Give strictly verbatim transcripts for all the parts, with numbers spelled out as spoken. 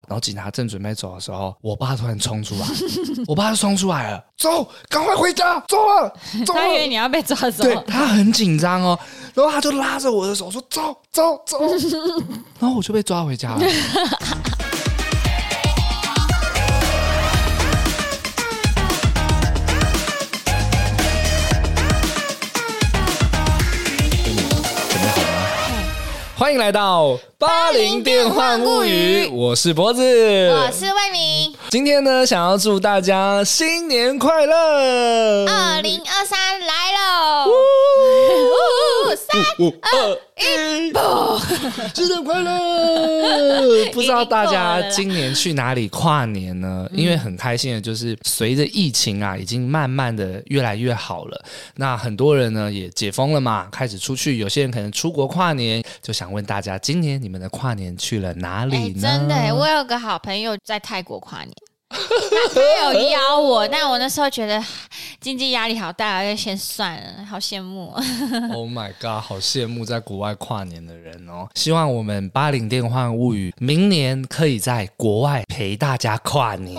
然后警察正准备走的时候，我爸突然冲出来，我爸就冲出来了，走，赶快回家，走了，走了。 他以为你要被抓走， 对，他很紧张哦，然后他就拉着我的手说走走走，然后我就被抓回家了。欢迎来到八零电幻物语，我是脖子， 我是魏明。 今天呢，想要祝大家新年快乐！ 二零二三来喽！三二一， 新年快乐！不知道大家今年去哪里跨年呢？因为很开心的就是，随着疫情啊，已经慢慢的越来越好了。那很多人呢也解封了嘛，开始出去，有些人可能出国跨年，就想问大家，今年你们的跨年去了哪里呢？ 欸、真的耶，我有个好朋友在泰国跨年。他, 他有邀我，但我那时候觉得经济压力好大，就先算了，好羡慕。 Oh my god， 好羡慕在国外跨年的人哦！希望我们八零电幻物语明年可以在国外陪大家跨年。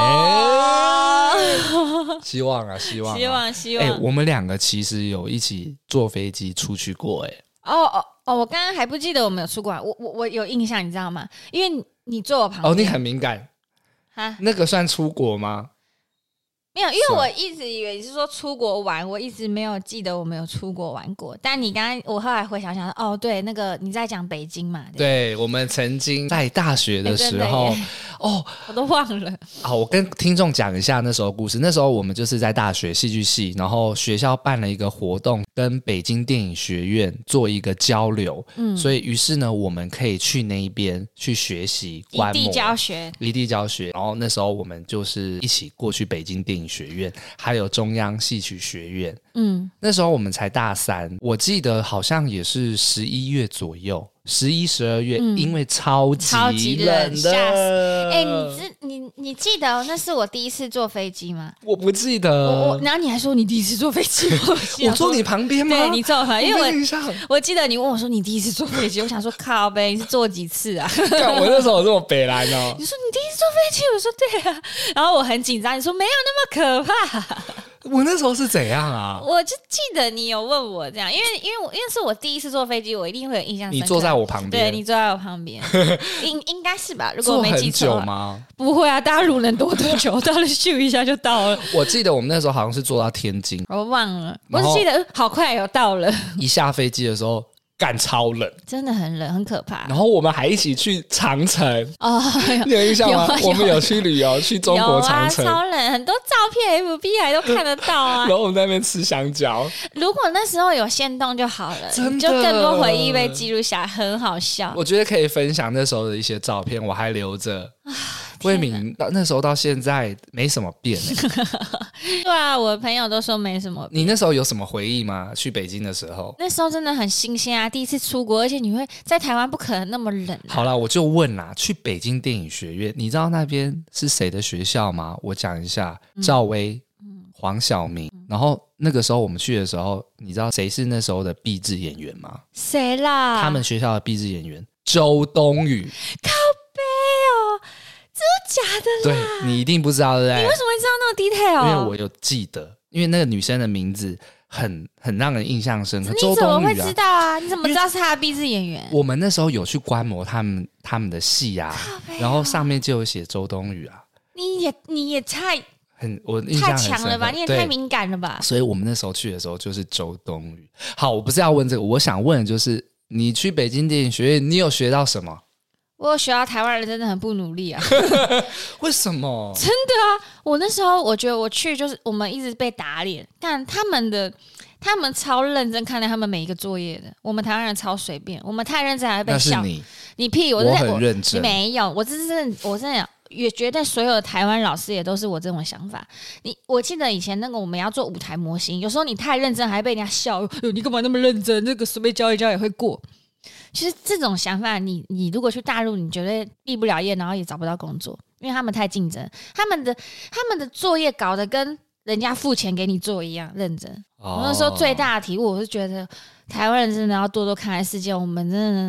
希望啊，希望、啊， 希望，希望。 哎、欸，我们两个其实有一起坐飞机出去过、欸，哎。 哦哦哦，我刚刚还不记得我们有出过，我我我有印象，你知道吗？因为 你, 你坐我旁边。 哦，你很敏感。那个算出国吗？ 没有，因为我一直以为是说出国玩，我一直没有记得我们有出国玩过。但你刚刚，我后来回想想，哦，对，那个你在讲北京嘛？ 对, 对，我们曾经在大学的时候，欸、哦， 我都忘了。 好，我跟听众讲一下那时候故事。那时候我们就是在大学戏剧系，然后学校办了一个活动，跟北京电影学院做一个交流。嗯，所以于是呢，我们可以去那一边去学习观摩， 异地教学， 异地教学。然后那时候我们就是一起过去北京电影学院，还有中央戏曲学院。嗯，那时候我们才大三，我记得好像也是十一月左右，十一、十二月、嗯，因为超级冷的。超级冷，吓死！ 哎、欸，你你你记得那是我第一次坐飞机吗？ 我不记得。 我我，然后你还说你第一次坐飞机， 我坐你旁边吗？ 对，你坐旁边，因为我我记得你问我说你第一次坐飞机，我想说靠呗，你是坐几次啊？ 我那时候有这么北蓝哦。 你说你第一次坐飞机，我说对啊，然后我很紧张，你说没有那么可怕。 我那时候是怎样啊？ 我就记得你有问我这样，因为因为我因为是我第一次坐飞机，我一定会有印象深刻。 你坐在我旁边， 对，你坐在我旁边，应应该是吧？如果我没记错， 坐很久吗？ 不会啊，大家如能多多久，到了咻一下就到了。 我记得我们那时候好像是坐到天津， 我忘了，我只记得好快有到了。 一下飞机的时候。干超冷， 真的很冷，很可怕。 然后我们还一起去长城哦， 你有印象吗？我们有去旅游，去中国长城， 有啊，超冷，很多照片 F B 还都看得到啊。 然后我们在那边吃香蕉。 如果那时候有限动就好了， 真的就更多回忆被记录下来，很好笑。 我觉得可以分享那时候的一些照片，我还留着。魏敏到那时候到现在没什么变、欸、 对啊，我的朋友都说没什么变。 你那时候有什么回忆吗？去北京的时候？ 那时候真的很新鲜啊，第一次出国，而且你会在台湾不可能那么冷、啊。 好啦，我就问啦，去北京电影学院，你知道那边是谁的学校吗？我讲一下，赵薇、嗯、黄晓明、嗯。然后那个时候我们去的时候，你知道谁是那时候的毕制演员吗？ 谁啦？ 他们学校的毕制演员周冬雨。 靠北哦。真的假的啦？ 对，你一定不知道，对不对？ 你为什么会知道那么 detail？ 因为我有记得，因为那个女生的名字很很让人印象深刻。 你怎么会知道啊？你怎么知道是她的毕制演员？ 我们那时候有去观摩他们他们的戏啊，然后上面就有写周冬雨啊。 你也你也太很我印象很深刻， 太强了吧？你也太敏感了吧？ 所以我们那时候去的时候就是周冬雨。好，我不是要问这个，我想问的就是你去北京电影学院，你有学到什么？ 我有学到台湾人真的很不努力啊。 为什么？ 真的啊，我那时候我觉得我去就是我们一直被打脸，但他们的他们超认真看待他们每一个作业的，我们台湾人超随便，我们太认真还会被笑。 那是你， 你屁！我, 我很认真， 没有，我真的我真的也觉得所有的台湾老师也都是我这种想法。你我记得以前那个我们要做舞台模型，有时候你太认真还被人家笑，你干嘛那么认真？那个随便教一教也会过。其实这种想法你，你你如果去大陆，你绝对毕不了业，然后也找不到工作，因为他们太竞争，他们的他们的作业搞得跟人家付钱给你做一样认真。哦、我那时候最大的体悟，我是觉得台湾人真的要多多看看世界，我们真的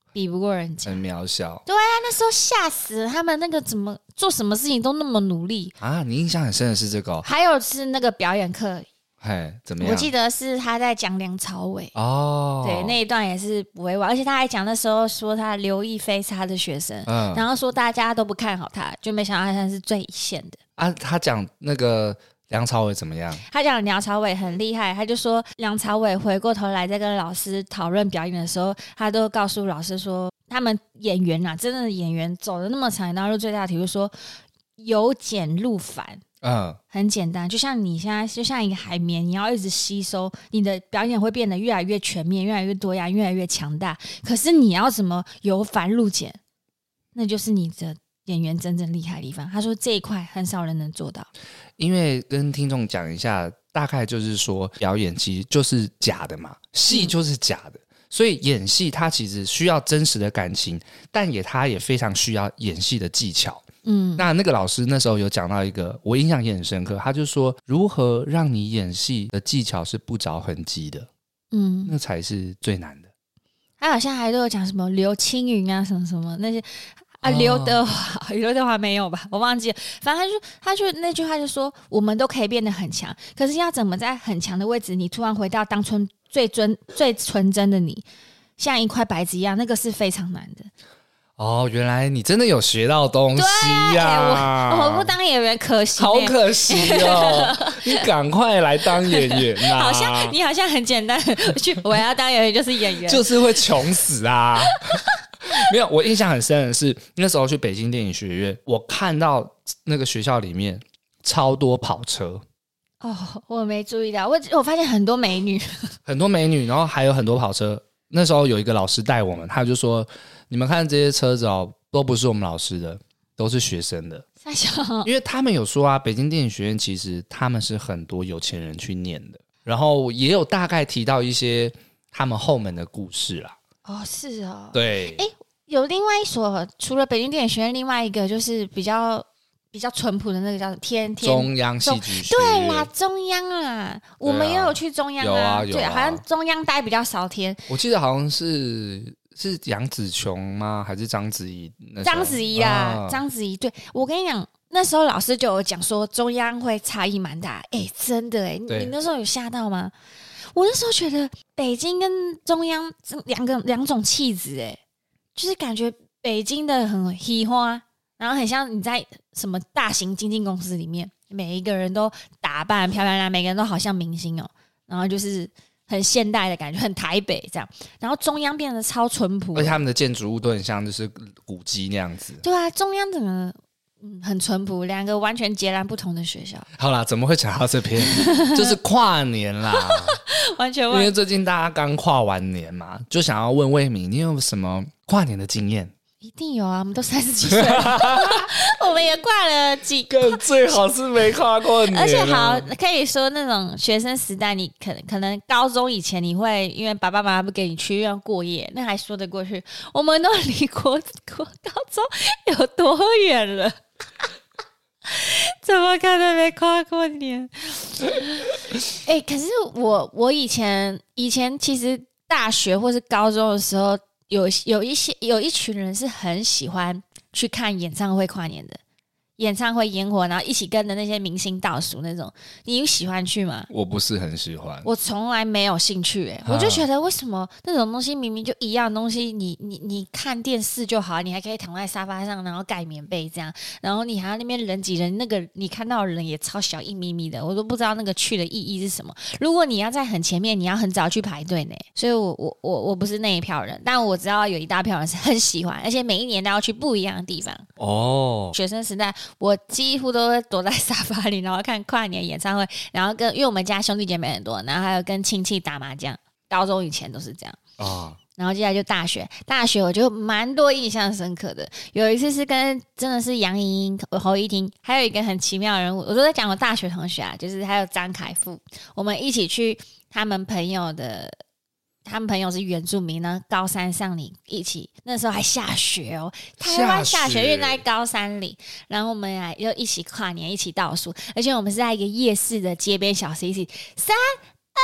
比不过人家， 很渺小。 对啊，那时候吓死了，他们那个怎么做什么事情都那么努力啊！你印象很深的是这个、哦， 还有是那个表演课， 嘿，怎么样？ 我记得是他在讲梁朝伟哦， 对，那一段也是不会忘，而且他还讲那时候说他刘亦菲是他的学生，嗯，然后说大家都不看好他，就没想到他是最一线的啊。他讲那个梁朝伟怎么样？ 他讲梁朝伟很厉害，他就说梁朝伟回过头来在跟老师讨论表演的时候，他都告诉老师说，他们演员啊，真正的演员走的那么长，然后最大的体会说由简入繁。嗯，很简单，就像你现在就像一个海绵，你要一直吸收，你的表演会变得越来越全面，越来越多样，越来越强大。可是你要怎么由繁入简，那就是你的演员真正厉害的地方。他说这一块很少人能做到。 因为跟听众讲一下，大概就是说表演其实就是假的嘛，戏就是假的。嗯，所以演戏它其实需要真实的感情，但也它也非常需要演戏的技巧。嗯，那那个老师那时候有讲到一个，我印象也很深刻，他就说如何让你演戏的技巧是不着痕迹的，嗯，那才是最难的。 他好像还都有讲什么刘青云啊，什么什么那些啊，刘德华，刘德华没有吧？我忘记了。反正他就他就那句话就说，我们都可以变得很强，可是要怎么在很强的位置，你突然回到当初最真最纯真的你，像一块白纸一样，那个是非常难的。 哦，原来你真的有学到东西呀、啊欸！我我不当演员可惜、欸， 好可惜哦！你赶快来当演员呐、啊！ 好像你好像很简单，去我要当演员就是演员， 就是会穷死啊！没有，我印象很深的是那时候去北京电影学院，我看到那个学校里面超多跑车。 哦，我没注意到，我我发现很多美女， 很多美女，然后还有很多跑车。那时候有一个老师带我们，他就说：“你们看这些车子哦，都不是我们老师的，都是学生的。”因为他们有说啊，北京电影学院其实他们是很多有钱人去念的，然后也有大概提到一些他们后门的故事啦。 哦，是哦， 对， 哎，有另外一所，除了北京电影学院，另外一个就是比较。比较淳朴的那个叫天天中央戏剧学院，对啦，中央啊，我们也有去中央啊， 有啊有啊， 对，好像中央待比较少天。 我记得好像是是杨紫琼吗？还是章子怡？ 章子怡啦，章、啊、子怡。对，我跟你讲，那时候老师就有讲说中央会差异蛮大，哎、欸，真的哎、欸，你那时候有吓到吗？我那时候觉得北京跟中央两个两种气质，哎，就是感觉北京的很嘻花。然后很像你在什么大型经纪公司里面，每一个人都打扮漂漂亮亮，每个人都好像明星哦。然后就是很现代的感觉，很台北这样。然后中央变得超淳朴， 而且他们的建筑物都很像就是古迹那样子。 对啊，中央整个嗯很淳朴，两个完全截然不同的学校。 好啦，怎么会讲到这边？就是跨年啦， 完全因为最近大家刚跨完年嘛，就想要问魏敏，你有什么跨年的经验？ 一定有啊，我们都三十几岁了我们也跨了几个，最好是没跨过年。 而且好，可以说那种学生时代，你可能可能高中以前你会因为爸爸妈妈不给你去院过夜，那还说得过去。我们都离国国高中有多远了？怎么可能没跨过年？哎、欸，可是我我以前以前其实大学或是高中的时候。有有一些有一群人是很喜欢去看演唱会跨年的，演唱会烟火，然后一起跟着那些明星倒数那种，你有喜欢去吗？ 我不是很喜欢， 我从来没有兴趣、欸啊、我就觉得为什么那种东西明明就一样的东西，你你你看电视就好，你还可以躺在沙发上，然后盖棉被这样，然后你还要那边人挤人，那个你看到的人也超小一咪咪的，我都不知道那个去的意义是什么。如果你要在很前面，你要很早去排队呢，所以我我我我不是那一票人，但我知道有一大票人是很喜欢，而且每一年都要去不一样的地方。哦，学生时代。我几乎都会躲在沙发里，然后看跨年演唱会，然后跟因为我们家兄弟姐妹很多，然后还有跟亲戚打麻将。高中以前都是这样啊、哦，然后接下来就大学，大学我就蛮多印象深刻的。有一次是跟真的是杨莹莹、侯怡婷，还有一个很奇妙的人物，我都在讲我大学同学啊，就是还有张凯富，我们一起去他们朋友的。他们朋友是原住民呢，高山上里一起，那时候还下雪哦，台湾下雪，因为在高山里，然后我们还又一起跨年，一起倒数，而且我们是在一个夜市的街边小吃，一起三二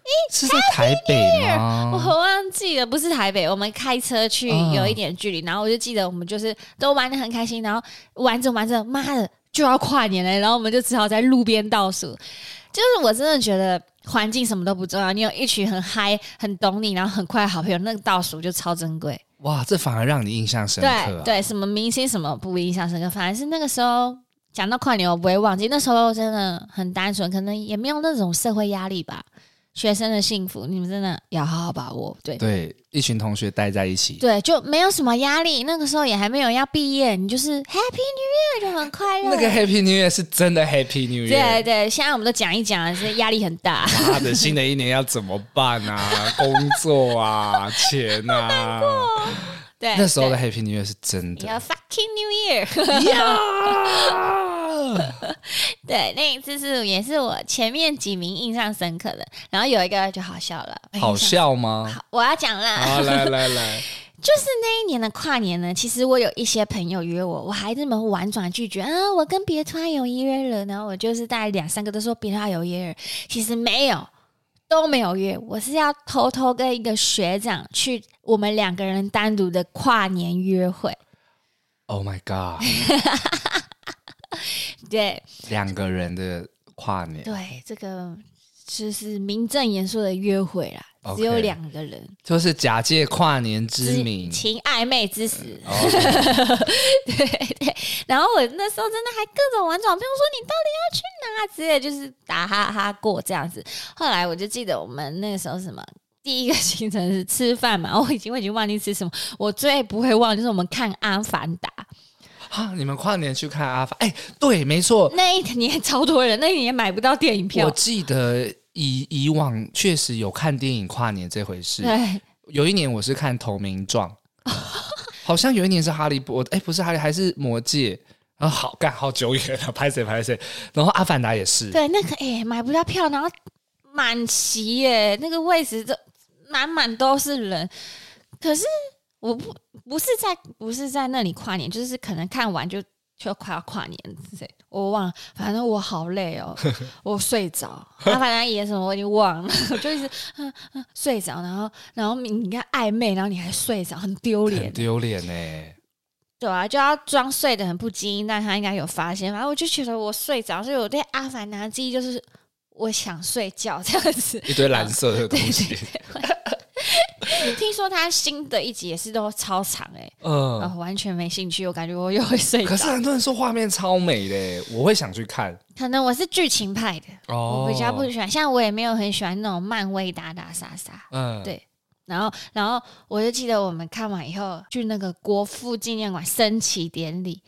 是在台北吗？ 我忘记了，不是台北，我们开车去有一点距离，嗯、然后我就记得我们就是都玩得很开心，然后玩着玩着，妈的就要跨年了，然后我们就只好在路边倒数。就是我真的觉得环境什么都不重要，你有一群很嗨、很懂你，然后很快的好朋友，那个倒数就超珍贵。 哇，这反而让你印象深刻、啊。 对对，什么明星什么不印象深刻，反而是那个时候讲到跨年，我不会忘记，那时候真的很单纯，可能也没有那种社会压力吧。学生的幸福，你们真的要好好把握。对对，一群同学待在一起， 对，就没有什么压力。那个时候也还没有要毕业，你就是 Happy New Year 就很快乐。 那个 Happy New Year 是真的 Happy New Year。 对对，现在我们都讲一讲，是压力很大。 妈的，新的一年要怎么办啊？工作啊，钱啊。 对， 那时候的 Happy New Year 是真的。 要 Fucking New Year。对，那一次是也是我前面几名印象深刻的，然后有一个就好笑了。 好笑吗？ 好，我要讲啦。 好，来来来， 就是那一年的跨年呢，其实我有一些朋友约我，我还这么婉转拒绝啊，我跟别的团有约了，然后我就是大概两三个都说别的团有约了，其实没有，都没有约，我是要偷偷跟一个学长去我们两个人单独的跨年约会。 Oh my god！ 对， 两个人的跨年， 对，这个就是名正言顺的约会啦。Okay, 只有两个人， 就是假借跨年之名， 情暧昧之时。 嗯 okay. 对对，然后我那时候真的还各种婉转，朋友说你到底要去哪之类的，就是打哈哈过这样子。后来我就记得我们那个时候什么。第一个行程是吃饭嘛，我已经我已经忘记吃什么。我最不会忘就是我们看《阿凡达》 啊！你们跨年去看《阿凡》？哎，对，没错， 那一年超多人，那一年买不到电影票。 我记得以以往确实有看电影跨年这回事。 对， 有一年我是看《投名状》，好像有一年是《哈利波特》，哎，不是哈利，还是《魔戒》。然后好干好久远了，拍谁拍谁。然后《阿凡达》也是， 对，那个哎买不到票，然后满席耶，那个位置都。满满都是人，可是我不不是在不是在那里跨年，就是可能看完就就快要跨年，我忘了，反正我好累哦，我睡着，他反正演什么我已经忘了，我就一直嗯嗯睡着，然后然后你看暧昧，然后你还睡着，很丢脸， 很丢脸哎。 对啊，就要装睡得很不经意，但他应该有发现，反正我就觉得我睡着，所以我对阿凡达的记忆就是我想睡觉这样子， 一堆蓝色的东西。对对对听说他新的一集也是都超长哎、欸，嗯、哦，完全没兴趣，我感觉我又会睡着。 可是很多人说画面超美的，我会想去看。 可能我是剧情派的，哦、我比较不喜欢，像我也没有很喜欢那种漫威打打杀杀，嗯，对。然后，然后我就记得我们看完以后去那个国父纪念馆升旗典礼，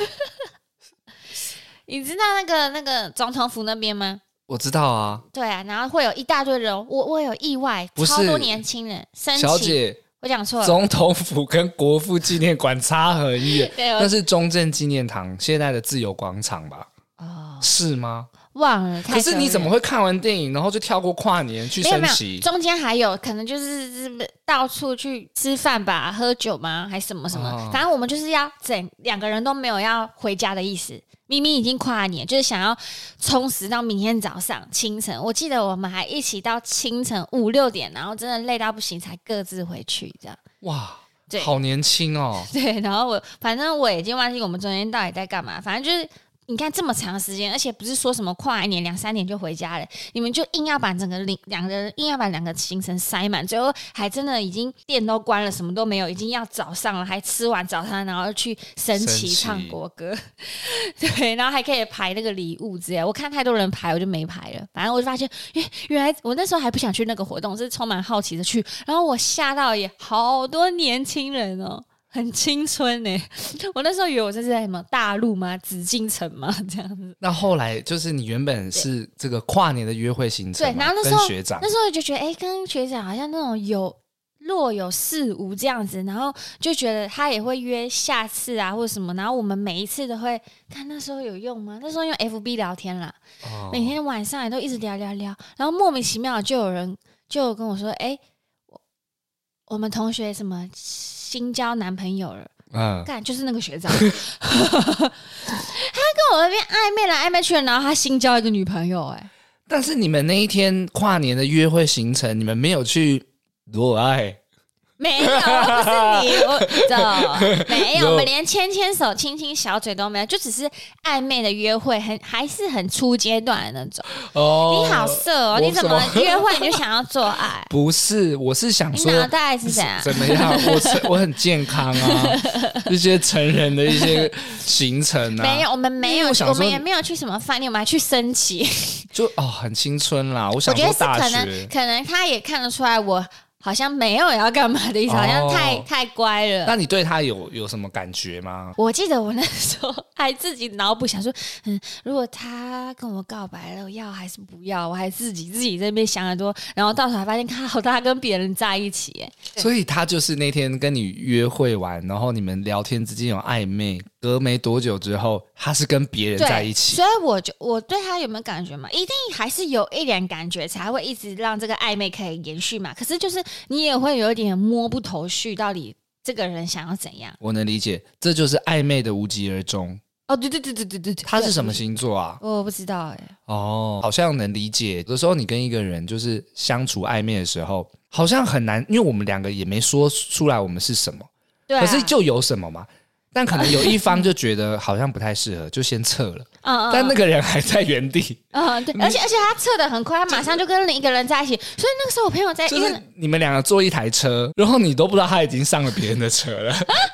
你知道那个那个总统府那边吗？ 我知道啊， 对啊，然后会有一大堆人，我我有意外，超多年轻人升旗。 小姐， 我讲错了， 总统府跟国父纪念馆差很远，那是中正纪念堂，现在的自由广场吧？哦，是吗？ 忘了。 可是你怎么会看完电影，然后就跳过跨年去升旗？ 中间还有可能就是到处去吃饭吧，喝酒吗？还什么什么？哦、反正我们就是要整两个人都没有要回家的意思。明明已经跨年，就是想要充实到明天早上清晨。我记得我们还一起到清晨五六点，然后真的累到不行，才各自回去。这样哇，对，好年轻哦。 对，然后我反正我已经忘记我们中间到底在干嘛，反正就是。你看这么长的时间，而且不是说什么跨一年两三年就回家了，你们就硬要把整个两个人硬要把两个行程塞满，最后还真的已经店都关了，什么都没有，已经要早上了，还吃完早餐，然后去升旗唱国歌，对，然后还可以排那个礼物之类。我看太多人排，我就没排了。反正我就发现，原来我那时候还不想去那个活动，是充满好奇的去，然后我吓到也好多年轻人哦。很青春呢、欸，我那时候以为我这是在什么大陆吗？紫禁城吗？这样子。 那后来就是你原本是这个跨年的约会行程， 对，然后那时候跟学长， 那时候就觉得，哎、欸，跟学长好像那种有若有似无这样子，然后就觉得他也会约下次啊或者什么，然后我们每一次都会看那时候有用吗？那时候用 F B 聊天啦，哦、每天晚上也都一直聊聊聊，然后莫名其妙就有人就有跟我说，哎、欸，我我们同学什么。新交男朋友了，嗯，干就是那个学长，他跟我那边暧昧来暧昧去了，然后他新交一个女朋友、欸，哎， 但是你们那一天跨年的约会行程，你们没有去裸爱？ 没有，不是你，我走，没有，我们连牵牵手、亲亲小嘴都没有，就只是暧昧的约会，很还是很初阶段的那种。哦，你好色哦！你怎么约会你就想要做爱？ 不是，我是想说， 你脑袋是怎样？ 怎么样？我我很健康啊，一些成人的一些行程啊。 没有，我们没有，我, 我们也没有去什么饭店，我们还去升旗。 就哦，很青春啦。我想说大学， 我觉得是可能，可能他也看得出来我。好像没有要干嘛的意思，好像太、哦、太乖了。 那你对他有有什么感觉吗？ 我记得我那时候还自己脑补想说，嗯，如果他跟我告白了，我要还是不要？我还自己自己在那边想很多，然后到头来发现，靠，他跟别人在一起耶。 所以他就是那天跟你约会完，然后你们聊天之间有暧昧，隔没多久之后，他是跟别人在一起。 所以我就我对他有没有感觉嘛？一定还是有一点感觉，才会一直让这个暧昧可以延续嘛。可是就是你也会有一点摸不头绪，到底这个人想要怎样？ 我能理解，这就是暧昧的无疾而终。 哦，对对对对对对对， 他是什么星座啊？ 我不知道哎、欸。 哦，好像能理解。有的时候你跟一个人就是相处暧昧的时候，好像很难，因为我们两个也没说出来我们是什么， 对、啊， 可是就有什么嘛。但可能有一方就觉得好像不太适合，就先撤了。嗯嗯。但那个人还在原地。 嗯，对，而且而且他撤得很快，他马上就跟另一个人在一起。所以那个时候我朋友在， 就是你们两个坐一台车，然后你都不知道他已经上了别人的车了。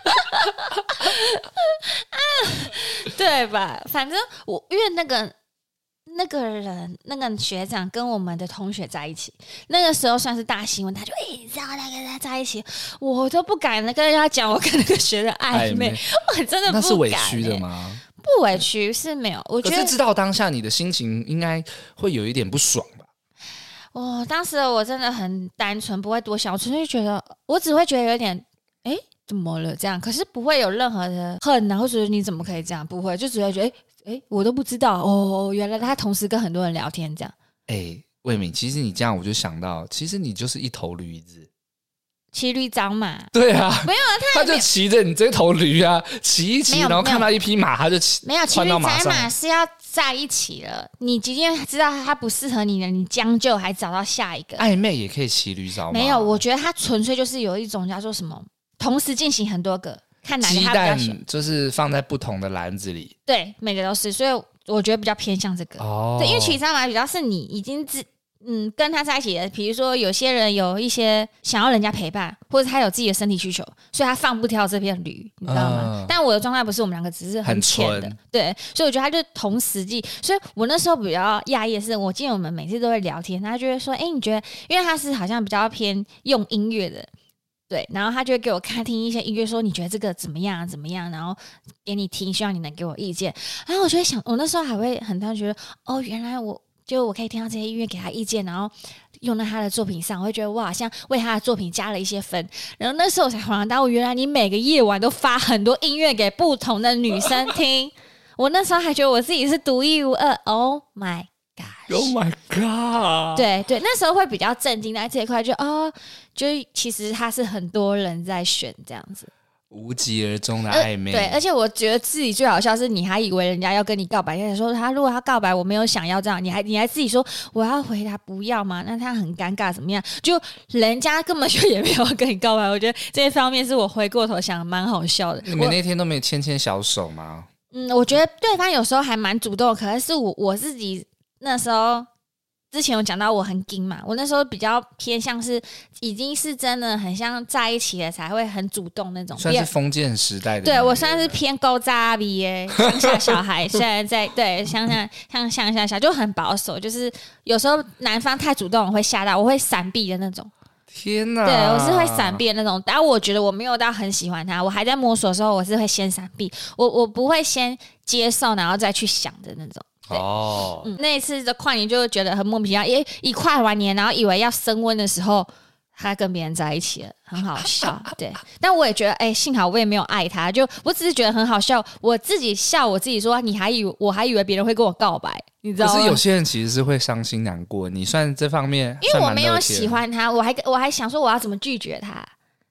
对吧？反正我因为那个那个人那个学长跟我们的同学在一起，那个时候算是大新闻，他就哎、欸，你知道那个人在一起，我都不敢跟人家讲我跟那个学长暧昧，我真的不敢、欸。 那是委屈的吗？ 不委屈是没有，我觉得可是知道当下你的心情应该会有一点不爽吧？ 哦，当时我真的很单纯，不会多想，我纯粹觉得，我只会觉得有点哎。欸怎么了？这样，可是不会有任何的恨啊，或者你怎么可以这样？不会，就只会觉得，哎哎，我都不知道哦，原来他同时跟很多人聊天这样。 哎，魏敏，其实你这样我就想到，其实你就是一头驴子， 骑驴找马。 对啊， 没有啊， 他, 他就骑着你这头驴啊，骑一骑，然后看到一匹马，他就骑， 没有骑驴找马是要在一起了。你即便知道他不适合你了，你将就还找到下一个。 暧昧也可以骑驴找马。 没有，我觉得他纯粹就是有一种叫做什么。同时进行很多个，看哪个他比较喜欢， 鸡蛋就是放在不同的篮子里， 对，每个都是，所以我觉得比较偏向这个。哦，对，因为骑驴马比较是你已经自嗯跟他在一起的，比如说有些人有一些想要人家陪伴，或者他有自己的身体需求，所以他放不掉这片驴，你知道吗？嗯、但我的状态不是，我们两个只是很浅的，对，所以我觉得他就同时进，所以我那时候比较讶异的是，我记得我们每次都会聊天，他就会说，哎，你觉得，因为他是好像比较偏用音乐的。对，然后他就会给我看听一些音乐，说你觉得这个怎么样怎么样，然后给你听，希望你能给我意见。然后我就会想，我那时候还会很单纯觉得，哦，原来我就我可以听到这些音乐，给他意见，然后用在他的作品上，我会觉得我好像为他的作品加了一些分。然后那时候我才恍然大悟，原来你每个夜晚都发很多音乐给不同的女生听。我那时候还觉得我自己是独一无二 ，Oh my。Oh my god！ 对对，那时候会比较震惊，在这一块就哦，就其实他是很多人在选这样子， 无疾而终的暧昧。 对，而且我觉得自己最好笑是，你还以为人家要跟你告白，人家说他如果他告白，我没有想要这样，你还你还自己说我要回答不要嘛，那他很尴尬怎么样？就人家根本就也没有跟你告白，我觉得这一方面是我回过头想蛮好笑的。 你们那天都没有牵牵小手吗？ 嗯，我觉得对方有时候还蛮主动，可是我我自己。那时候之前有讲到我很硬嘛，我那时候比较偏向是已经是真的很像在一起了才会很主动那种， 算是封建时代的。 对，我算是偏高渣逼耶，乡下小孩现在在对乡下像乡下小孩就很保守，就是有时候男方太主动我会吓到，我会闪避的那种。 天哪！ 对，我是会闪避的那种，但我觉得我没有到很喜欢他，我还在摸索的时候，我是会先闪避，我我不会先接受然后再去想的那种。哦，嗯，那一次的跨年就觉得很莫名其妙，因为一跨完年，然后以为要升温的时候，他跟别人在一起了，很好笑。对，但我也觉得，哎、欸，幸好我也没有爱他，就我只是觉得很好笑，我自己笑我自己说，你还以为我还以为别人会跟我告白，你知道吗？ 可是有些人其实是会伤心难过，你算这方面， 因为我没有喜欢他，我还我还想说我要怎么拒绝他。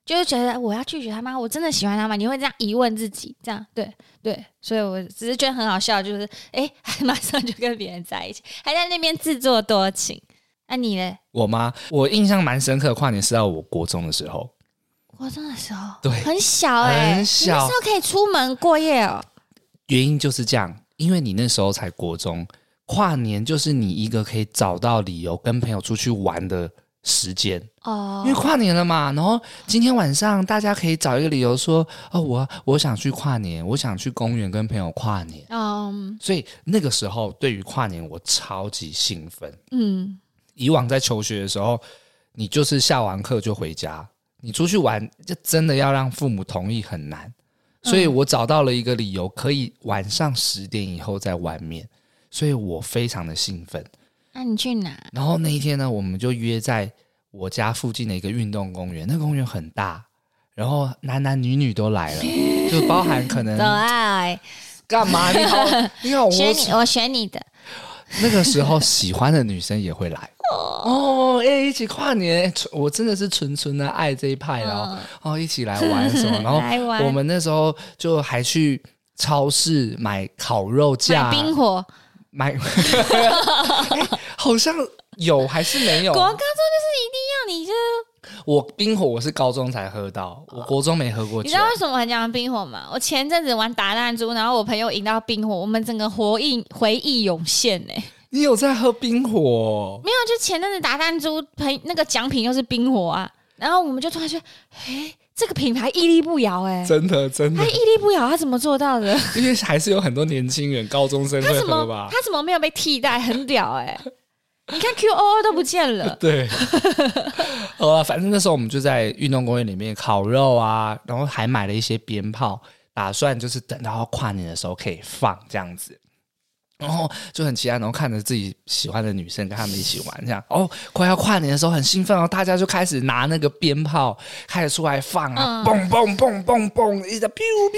就是觉得我要拒绝他吗？我真的喜欢他吗？你会这样疑问自己，这样对对，所以我只是觉得很好笑，就是哎，马上就跟别人在一起，还在那边自作多情。那、啊、你呢？ 我吗？我印象蛮深刻的跨年是在我国中的时候。 国中的时候， 对， 很小哎、欸， 很小， 你那时候可以出门过夜哦。 原因就是这样，因为你那时候才国中，跨年就是你一个可以找到理由跟朋友出去玩的时间哦，因为跨年了嘛，然后今天晚上大家可以找一个理由说，哦，我我想去跨年，我想去公园跟朋友跨年，嗯，所以那个时候对于跨年我超级兴奋，嗯，以往在求学的时候，你就是下完课就回家，你出去玩就真的要让父母同意很难，所以我找到了一个理由，可以晚上十点以后在外面，所以我非常的兴奋。 那、啊、你去哪？ 然后那一天呢，我们就约在我家附近的一个运动公园，那个公园很大，然后男男女女都来了，就包含可能走爱干嘛？你好，你好，我选你，我选你的。 那个时候喜欢的女生也会来哦，哎、欸，一起跨年，我真的是纯纯的爱这一派哦，嗯、哦，一起来玩什么？然后我们那时候就还去超市买烤肉架， 买冰火。 买、欸，好像有还是没有？ 国高中就是一定要你就我冰火我是高中才喝到，我国中没喝过酒。 你知道为什么我很讲冰火吗？我前阵子玩打弹珠，然后我朋友赢到冰火，我们整个回忆回忆涌现哎、欸。 你有在喝冰火、哦？ 没有，就前阵子打弹珠，那个奖品又是冰火啊，然后我们就突然觉得，哎。这个品牌屹立不摇哎、欸， 真的真的， 他屹立不摇，他怎么做到的？ 因为还是有很多年轻人、高中生会喝吧。 他怎么没有被替代？很屌哎、欸！你看 Q O O 都不见了。 对，好了，反正那时候我们就在运动公园里面烤肉啊，然后还买了一些鞭炮，打算就是等到跨年的时候可以放这样子。然后就很期待，然后看着自己喜欢的女生跟他们一起玩，这样哦，快要跨年的时候很兴奋哦，大家就开始拿那个鞭炮开始出来放啊，嗯、蹦蹦蹦蹦蹦，一直 biu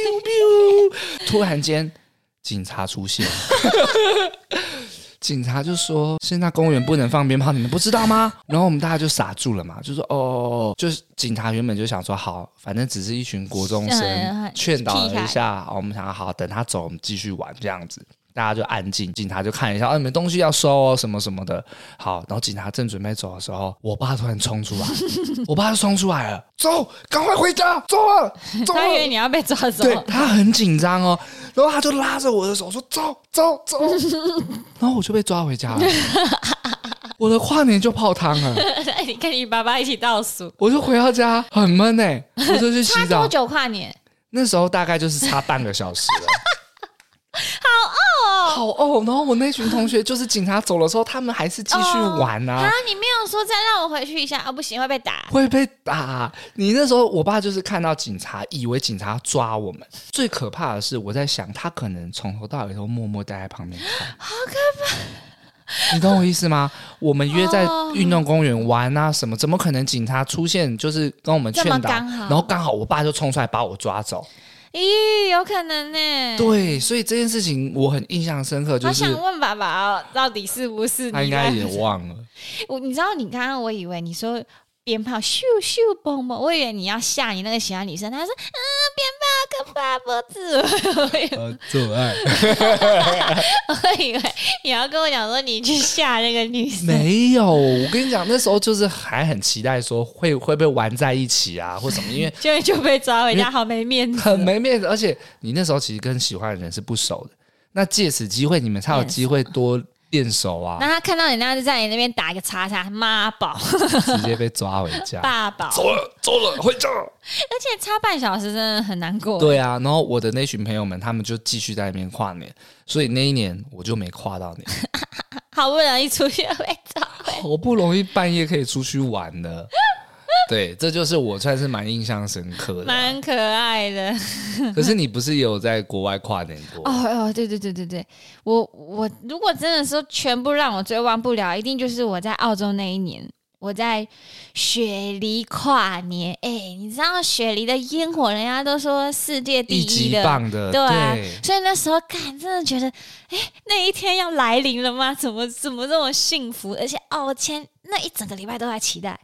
biu biu， 突然间警察出现，警察就说现在公园不能放鞭炮，你们不知道吗？然后我们大家就傻住了嘛，就说哦，就是警察原本就想说好，反正只是一群国中生劝导了一下，我们想要好等他走，我们继续玩这样子。大家就安静，警察就看一下，啊，你们东西要收哦，什么什么的。好，然后警察正准备走的时候，我爸突然冲出来，我爸就冲出来了，走，赶快回家，走了，走了。 他以为你要被抓走， 对，他很紧张哦，然后他就拉着我的手说走走走，然后我就被抓回家了。我的跨年就泡汤了。 你跟你爸爸一起倒数， 我就回到家很闷哎、欸，我就去洗澡。 差多久跨年？ 那时候大概就是差半个小时了。 好哦， 好哦，然后我那群同学就是警察走的时候，他们还是继续玩啊。 啊，你没有说再让我回去一下啊？不行，会被打， 会被打。你那时候，我爸就是看到警察，以为警察抓我们。最可怕的是，我在想，他可能从头到尾都默默待在旁边看， 好可怕。 你懂我意思吗？我们约在运动公园玩啊，什么怎么可能警察出现就是跟我们劝导，然后刚好我爸就冲出来把我抓走。 咦，有可能呢。 对，所以这件事情我很印象深刻，就是我想问爸爸、哦，到底是不是你？ 他应该也忘了。 我你知道，你刚刚我以为你说鞭炮咻咻嘣嘣，我以为你要吓你那个喜欢女生，他说啊，鞭炮可怕脖子， 呃，做爱。 我以为你要跟我讲说你去吓那个女生， 没有。我跟你讲，那时候就是还很期待说会会不会玩在一起啊，或什么，因为就就被抓回家，好没面子， 很没面子。而且你那时候其实跟喜欢的人是不熟的，那借此机会你们才有机会多变熟啊。 那他看到你那就在你那边打一个叉叉妈宝， 直接被抓回家， 爸宝走了走了回家。 而且差半小时真的很难过。 对啊，然后我的那群朋友们他们就继续在那边跨年，所以那一年我就没跨到年。 好不容易出去被抓回， 好不容易半夜可以出去玩的。对，这就是我算是蛮印象深刻的， 蛮可爱的。 可是你不是也有在国外跨年过？ 哦哦，对对对对对，我我如果真的说全部让我最忘不了，一定就是我在澳洲那一年，我在雪梨跨年。哎，你知道雪梨的烟火，人家都说世界第一的， 一级棒的， 对啊。 对， 所以那时候看，真的觉得，哎，那一天要来临了吗？怎么怎么这么幸福？而且哦，我前那一整个礼拜都在期待。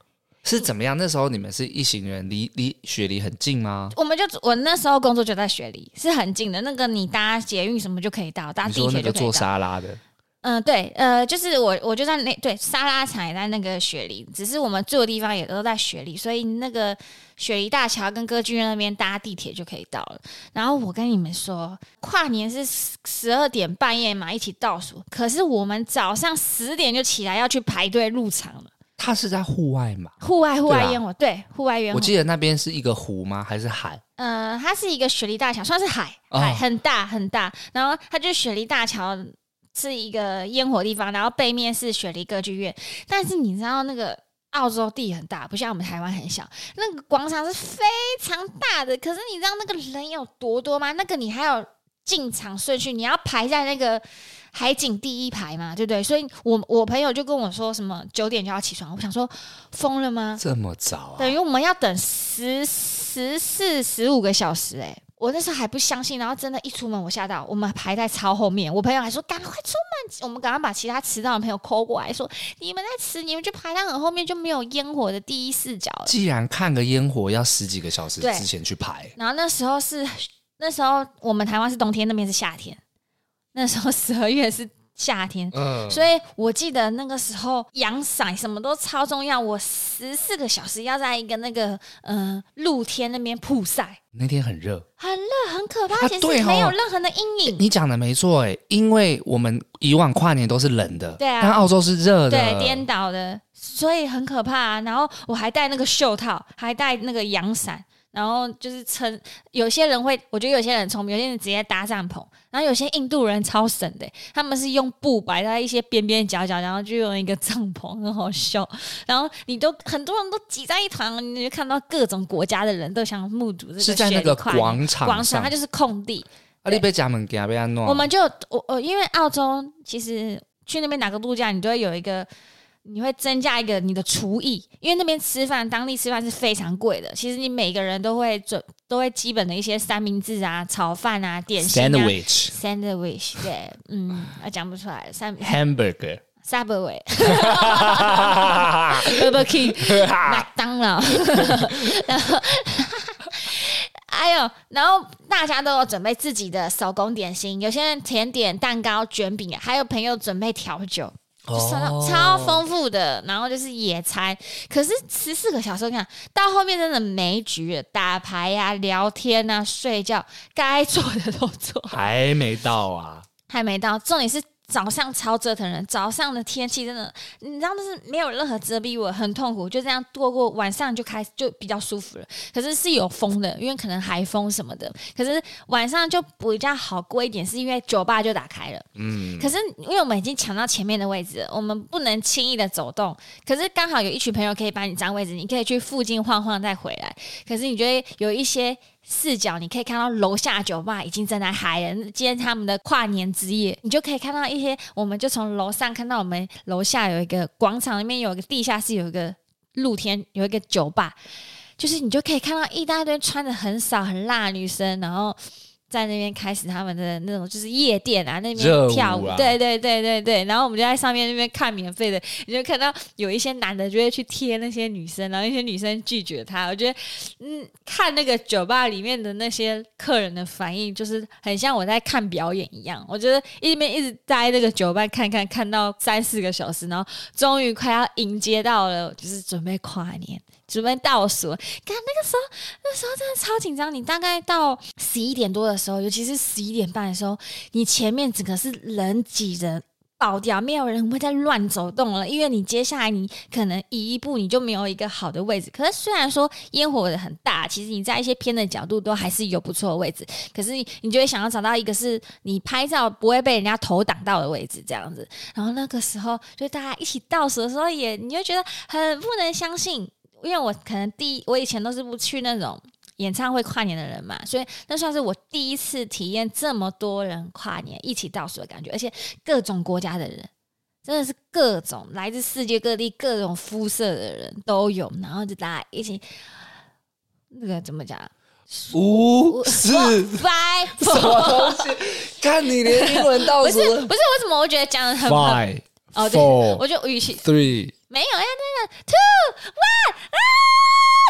是怎么样？那时候你们是一行人，离离雪梨很近吗？ 我们就我那时候工作就在雪梨，是很近的。那个你搭捷运什么就可以到，搭地铁就可以到。 你说那个做沙拉的？ 嗯、呃，对，呃，就是我我就在那对沙拉厂也在那个雪梨，只是我们住的地方也都在雪梨，所以那个雪梨大桥跟歌剧院那边搭地铁就可以到了。然后我跟你们说，跨年是十二点半夜嘛，一起倒数，可是我们早上十点就起来要去排队入场了。 它是在户外嘛？ 户外户外烟火，对，户外烟火。 我记得那边是一个湖吗？还是海？ 呃，它是一个雪梨大桥，算是海，海、哦、很大很大。然后它就是雪梨大桥是一个烟火地方，然后背面是雪梨歌剧院。但是你知道那个澳洲地很大，不像我们台湾很小，那个广场是非常大的。可是你知道那个人有多多吗？那个你还有进场顺序，你要排在那个海景第一排嘛，对不对？所以我我朋友就跟我说什么九点就要起床，我想说疯了吗？ 这么早啊？ 等于我们要等十十四十五个小时哎、欸！我那时候还不相信，然后真的，一出门我吓到，我们排在超后面。我朋友还说赶快出门，我们赶快把其他迟到的朋友 call 过来说，你们在迟，你们就排在很后面，就没有烟火的第一视角了。 既然看个烟火要十几个小时之前去排， 然后那时候是那时候我们台湾是冬天，那边是夏天。那时候十二月是夏天、嗯，所以我记得那个时候阳伞什么都超重要。我十四个小时要在一个那个呃露天那边曝晒， 那天很热， 很热，很可怕，而且是没有任何的阴影。 啊哦、你讲的没错哎，因为我们以往跨年都是冷的， 对啊， 但澳洲是热的， 对，颠倒的，所以很可怕、啊。然后我还戴那个袖套，还戴那个阳伞。然后就是撑，有些人会，我觉得有些人聪明，有些人直接搭帐篷，然后有些印度人超省的，他们是用布摆在一些边边角角，然后就用一个帐篷，很好笑。然后你都很多人都挤在一团，你就看到各种国家的人都想目睹这个是在那个广场广场，它就是空地。 啊，你被家门给被安弄， 我们就我我因为澳洲其实去那边哪个度假，你都会有一个。你会增加一个你的厨艺，因为那边吃饭，当地吃饭是非常贵的。其实你每个人都会准，都会基本的一些三明治啊、炒饭啊、点心啊 ，sandwich sandwich 对，嗯，啊讲不出来三 hamburger、Subway、Burger King、麦当劳，然后。哎呦，然后大家都有准备自己的手工点心，有些人甜点、蛋糕、卷饼，还有朋友准备调酒。就是超丰富的，然后就是野餐。可是十四个小时，你看到后面真的没局了，打牌啊、聊天啊、睡觉，该做的都做， 还没到啊， 还没到。重点是早上超折腾人，早上的天气真的，你知道，就是没有任何遮蔽物，很痛苦。就这样度过晚上就开始就比较舒服了。可是是有风的，因为可能海风什么的。可是晚上就比较好过一点，是因为酒吧就打开了。嗯。可是因为我们已经抢到前面的位置了，我们不能轻易的走动。可是刚好有一群朋友可以帮你占位置，你可以去附近晃晃再回来。可是你觉得有一些。视角你可以看到楼下酒吧已经正在嗨了，今天他们的跨年之夜，你就可以看到一些，我们就从楼上看到我们楼下有一个广场，里面有一个地下室，有一个露天，有一个酒吧，就是你就可以看到一大堆穿的很少很辣的女生，然后在那边开始他们的那种就是夜店啊，那边跳舞， 啊、 对对对对对，然后我们就在上面那边看免费的，你就看到有一些男的就会去贴那些女生，然后一些女生拒绝他。我觉得，嗯，看那个酒吧里面的那些客人的反应，就是很像我在看表演一样。我觉得一边一直在那个酒吧看看看到三四个小时，然后终于快要迎接到了，就是准备跨年。准备倒数，看那个时候，那时候真的超紧张。你大概到十一点多的时候，尤其是十一点半的时候，你前面整个是人挤人爆掉，没有人会再乱走动了，因为你接下来你可能移一步你就没有一个好的位置。可是虽然说烟火的很大，其实你在一些偏的角度都还是有不错的位置，可是 你, 你就会想要找到一个是你拍照不会被人家头挡到的位置这样子。然后那个时候就大家一起倒数的时候也，你就觉得很不能相信。因为我可能第一，我以前都是不去那种演唱会跨年的人嘛，所以那算是我第一次体验这么多人跨年一起倒数的感觉，而且各种国家的人，真的是各种来自世界各地各种肤色的人都有，然后就大家一起，那个怎么讲？ 五四 five 什么东西？看你连英文倒数， 不是不是，为什么我觉得讲的很 five 哦，对， four 我就语气 three。 没有，哎，那个 two one 啊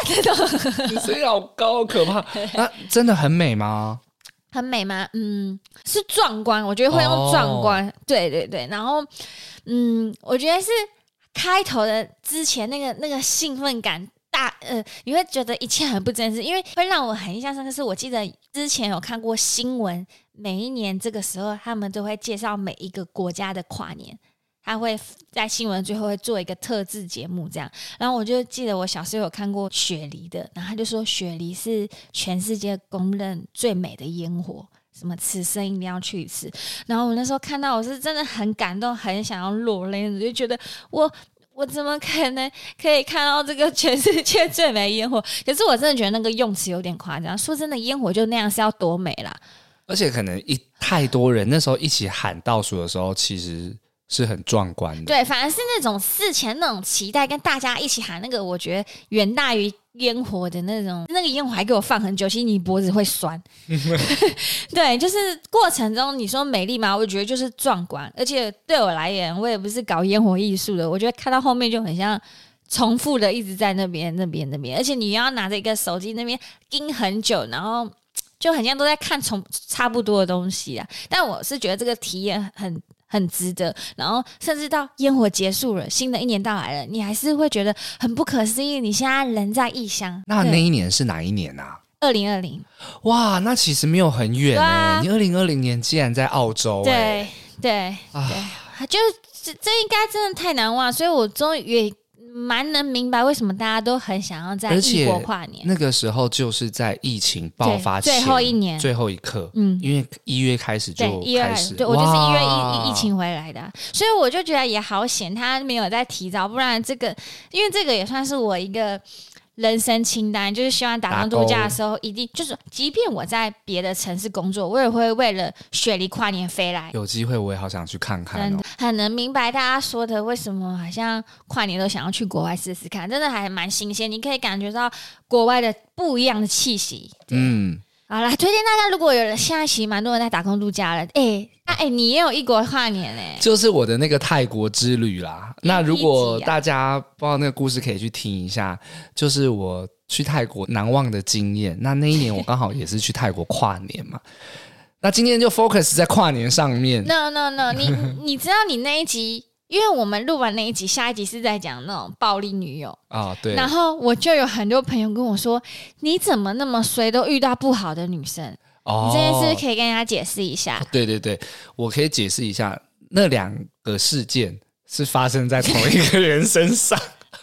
这种你声音好高，好可怕。那真的很美吗？ 很美吗？嗯，是壮观，我觉得会用壮观。哦、对对对，然后嗯，我觉得是开头的之前那个那个兴奋感。大呃，你会觉得一切很不真实，因为会让我很印象深刻。是我记得之前有看过新闻，每一年这个时候他们都会介绍每一个国家的跨年，他会在新闻最后会做一个特制节目这样。然后我就记得我小时候有看过雪梨的，然后他就说雪梨是全世界公认最美的烟火，什么此生一定要去一次。然后我那时候看到，我是真的很感动，很想要落泪，我就觉得我。我怎么可能可以看到这个全世界最美的烟火？可是我真的觉得那个用词有点夸张。说真的，烟火就那样是要多美啦！ 而且可能一太多人那时候一起喊倒数的时候，其实是很壮观的。 对，反而是那种事前那种期待，跟大家一起喊那个，我觉得远大于烟火的那种。那个烟火还给我放很久，其实你脖子会酸。对，就是过程中你说美丽嘛，我觉得就是壮观。而且对我来言，我也不是搞烟火艺术的，我觉得看到后面就很像重复的一直在那边、那边、那边，而且你要拿着一个手机那边盯很久，然后就很像都在看重差不多的东西啊。但我是觉得这个体验很。很值得，然后甚至到烟火结束了，新的一年到来了，你还是会觉得很不可思议。你现在人在异乡， 那那一年是哪一年啊？ 二零二零。 哇，那其实没有很远哎、欸啊。你二零二零年竟然在澳洲、欸， 对对、啊、对，就这这应该真的太难忘，所以我终于也蛮能明白为什么大家都很想要在异国跨年。 那个时候就是在疫情爆发前最后一年最后一刻，嗯，因为一月开始就开始， 对，我就是一月疫疫情回来的、啊，所以我就觉得也好险，他没有在提早，不然这个，因为这个也算是我一个。人生清单就是希望打工度假的时候，一定就是即便我在别的城市工作，我也会为了雪梨跨年飞来。 有机会我也好想去看看、哦、 很能明白大家说的为什么好像跨年都想要去国外试试看，真的还蛮新鲜，你可以感觉到国外的不一样的气息。嗯。好啦，推荐大家，如果有人现在其实蛮多人在打工度假了，哎、欸，那、欸、哎，你也有异国跨年嘞、欸， 就是我的那个泰国之旅啦。那如果大家不知道那个故事，可以去听一下，就是我去泰国难忘的经验。那那一年我刚好也是去泰国跨年嘛。那今天就 focus 在跨年上面。 No no no， 你你知道你那一集。因为我们录完那一集，下一集是在讲那种暴力女友啊，对。 然后我就有很多朋友跟我说：“你怎么那么衰，都遇到不好的女生？”哦，你这件事可以跟大家解释一下。 对对对，我可以解释一下，那两个事件是发生在同一个人身上。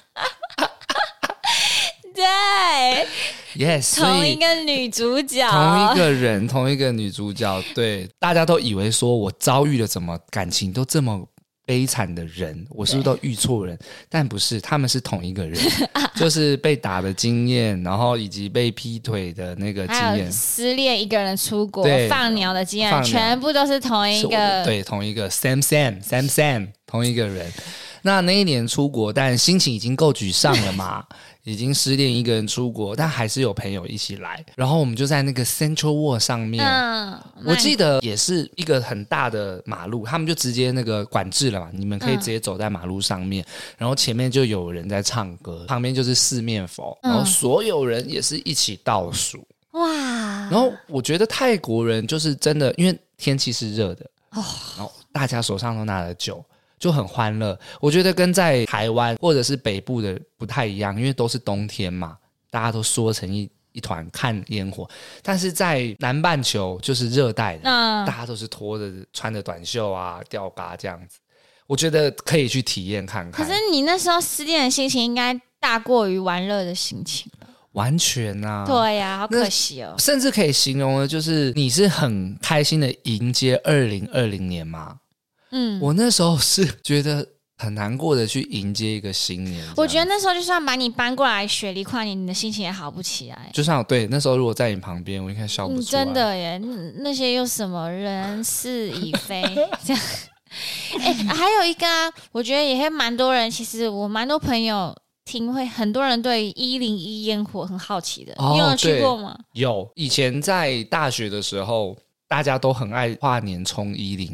对 ，yes， 同一个女主角， 同一个人，同一个女主角。对，大家都以为说我遭遇了怎么感情都这么。悲惨的人，我是不是都遇错人？但不是，他们是同一个人，就是被打的经验，然后以及被劈腿的那个经验， 失恋一个人出国放鸟的经验，全部都是同一个， 对，同一个 Sam Sam Sam Sam 同一个人。那那一年出国，但心情已经够沮丧了嘛，已经失恋一个人出国，但还是有朋友一起来，然后我们就在那个 Central World 上面，嗯，我记得也是一个很大的马路，他们就直接那个管制了嘛，你们可以直接走在马路上面，嗯，然后前面就有人在唱歌，旁边就是四面佛，然后所有人也是一起倒数，哇！然后我觉得泰国人就是真的，因为天气是热的，哦，然后大家手上都拿了酒。就很欢乐，我觉得跟在台湾或者是北部的不太一样，因为都是冬天嘛，大家都缩成一一团看烟火。但是在南半球就是热带的，嗯，大家都是拖着穿着短袖啊、吊嘎这样子，我觉得可以去体验看看。 可是你那时候失恋的心情应该大过于玩乐的心情。 完全啊， 对呀，啊，好可惜哦。 甚至可以形容的就是你是很开心的迎接二零二零年嘛。嗯，我那时候是觉得很难过的去迎接一个新年。 我觉得那时候就算把你搬过来雪梨跨年，你的心情也好不起来。 就像对那时候如果在你旁边，我应该笑不出来。 嗯，真的耶，那些又什么人事已非这样。哎，还有一个啊，我觉得也会蛮多人，其实我蛮多朋友听会，很多人对一零一烟火很好奇的。哦，你有去过吗？ 有，以前在大学的时候，大家都很爱跨年冲一零一。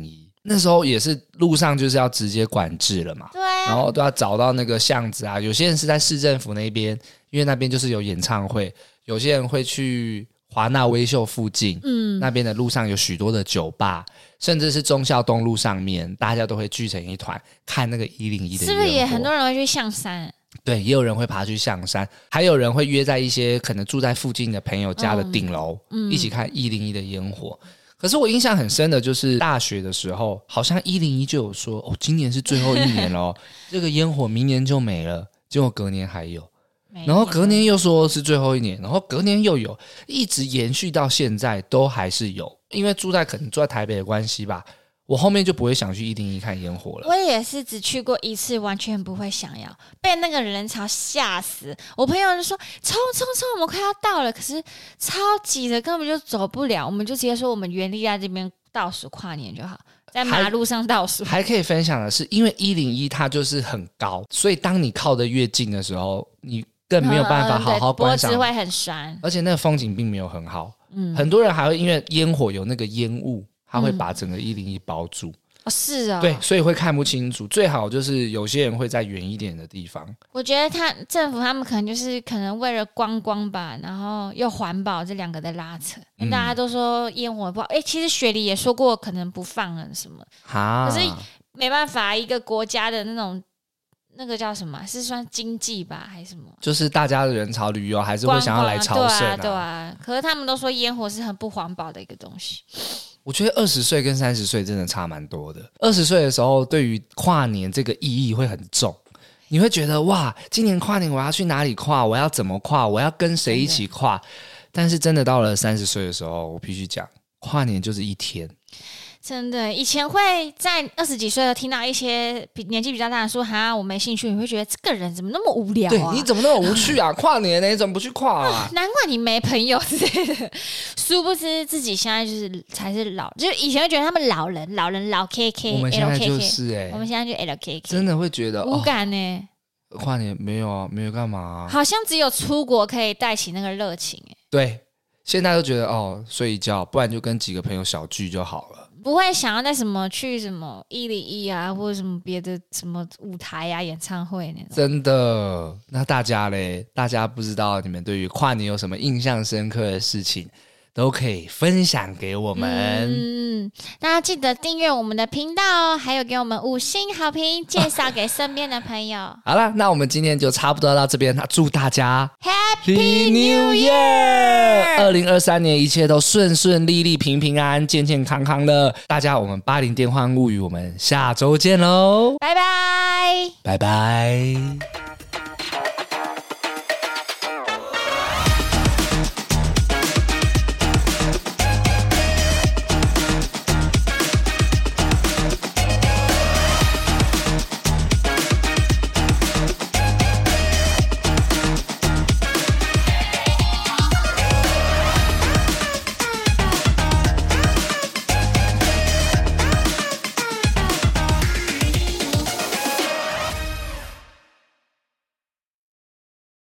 那时候也是路上就是要直接管制了嘛， 对啊， 然后都要找到那个巷子啊。有些人是在市政府那边，因为那边就是有演唱会；有些人会去华纳威秀附近，嗯，那边的路上有许多的酒吧，甚至是忠孝东路上面，大家都会聚成一团看那个一零一的烟火。 是不是也很多人会去象山？ 对，也有人会爬去象山，还有人会约在一些可能住在附近的朋友家的顶楼，嗯嗯、一起看一零一的烟火。可是我印象很深的就是大学的时候，好像一零一就有说哦，今年是最后一年咯，这个烟火明年就没了，结果隔年还有，然后隔年又说是最后一年，然后隔年又有，一直延续到现在都还是有。因为住在可能住在台北的关系吧，我后面就不会想去一零一看烟火了。 我也是只去过一次，完全不会想要，被那个人潮吓死。我朋友就说冲冲冲，我们快要到了，可是超挤的，根本就走不了。我们就直接说我们原地在这边倒数跨年就好，在马路上倒数。 还可以分享的是，因为一零一它就是很高，所以当你靠得越近的时候，你更没有办法好好观赏， 脖子会很酸， 而且那个风景并没有很好。嗯，很多人还会因为烟火有那个烟雾，它会把整个一零一包住。 哦，是啊、哦， 对，所以会看不清楚。最好就是有些人会在远一点的地方。 我觉得他政府他们可能就是可能为了观光吧，然后又环保这两个的拉扯。嗯、大家都说烟火不好，哎，其实雪梨也说过可能不放了什么，可是没办法，一个国家的那种。那个叫什么？是算经济吧，还是什么？ 就是大家的人潮旅游还是会想要来朝圣啊， 对啊，对啊。可是他们都说烟火是很不环保的一个东西。 我觉得二十岁跟三十岁真的差蛮多的。二十岁的时候，对于跨年这个意义会很重，你会觉得哇，今年跨年我要去哪里跨？我要怎么跨？我要跟谁一起跨？但是真的到了三十岁的时候，我必须讲，跨年就是一天。 真的，以前会在二十几岁的听到一些比年纪比较大的说哈我没兴趣，你会觉得这个人怎么那么无聊啊？ 对，你怎么那么无趣啊？跨年呢，你怎么不去跨啊？ 难怪你没朋友之类的。殊不知自己现在就是才是老，就是以前会觉得他们老人，老人老 K K， 我们现在就是哎、欸， 我们现在就 L K K， 真的会觉得无感呢、欸哦。跨年没有啊，没有干嘛、啊？ 好像只有出国可以带起那个热情哎、欸。 对，现在都觉得哦，睡一觉，不然就跟几个朋友小聚就好了。 不会想要在什么去什么一零一啊，或者什么别的什么舞台啊、演唱会那种。 真的，那大家嘞，大家不知道你们对于跨年有什么印象深刻的事情，都可以分享给我们。 嗯，大家记得订阅我们的频道哦，还有给我们五星好评，介绍给身边的朋友。 好了，那我们今天就差不多到这边，那祝大家 Happy New Year！ 二零二三年一切都顺顺利利、平平安安、健健康康的。大家，我们八零电幻物语，我们下周见喽！ 拜拜， 拜拜。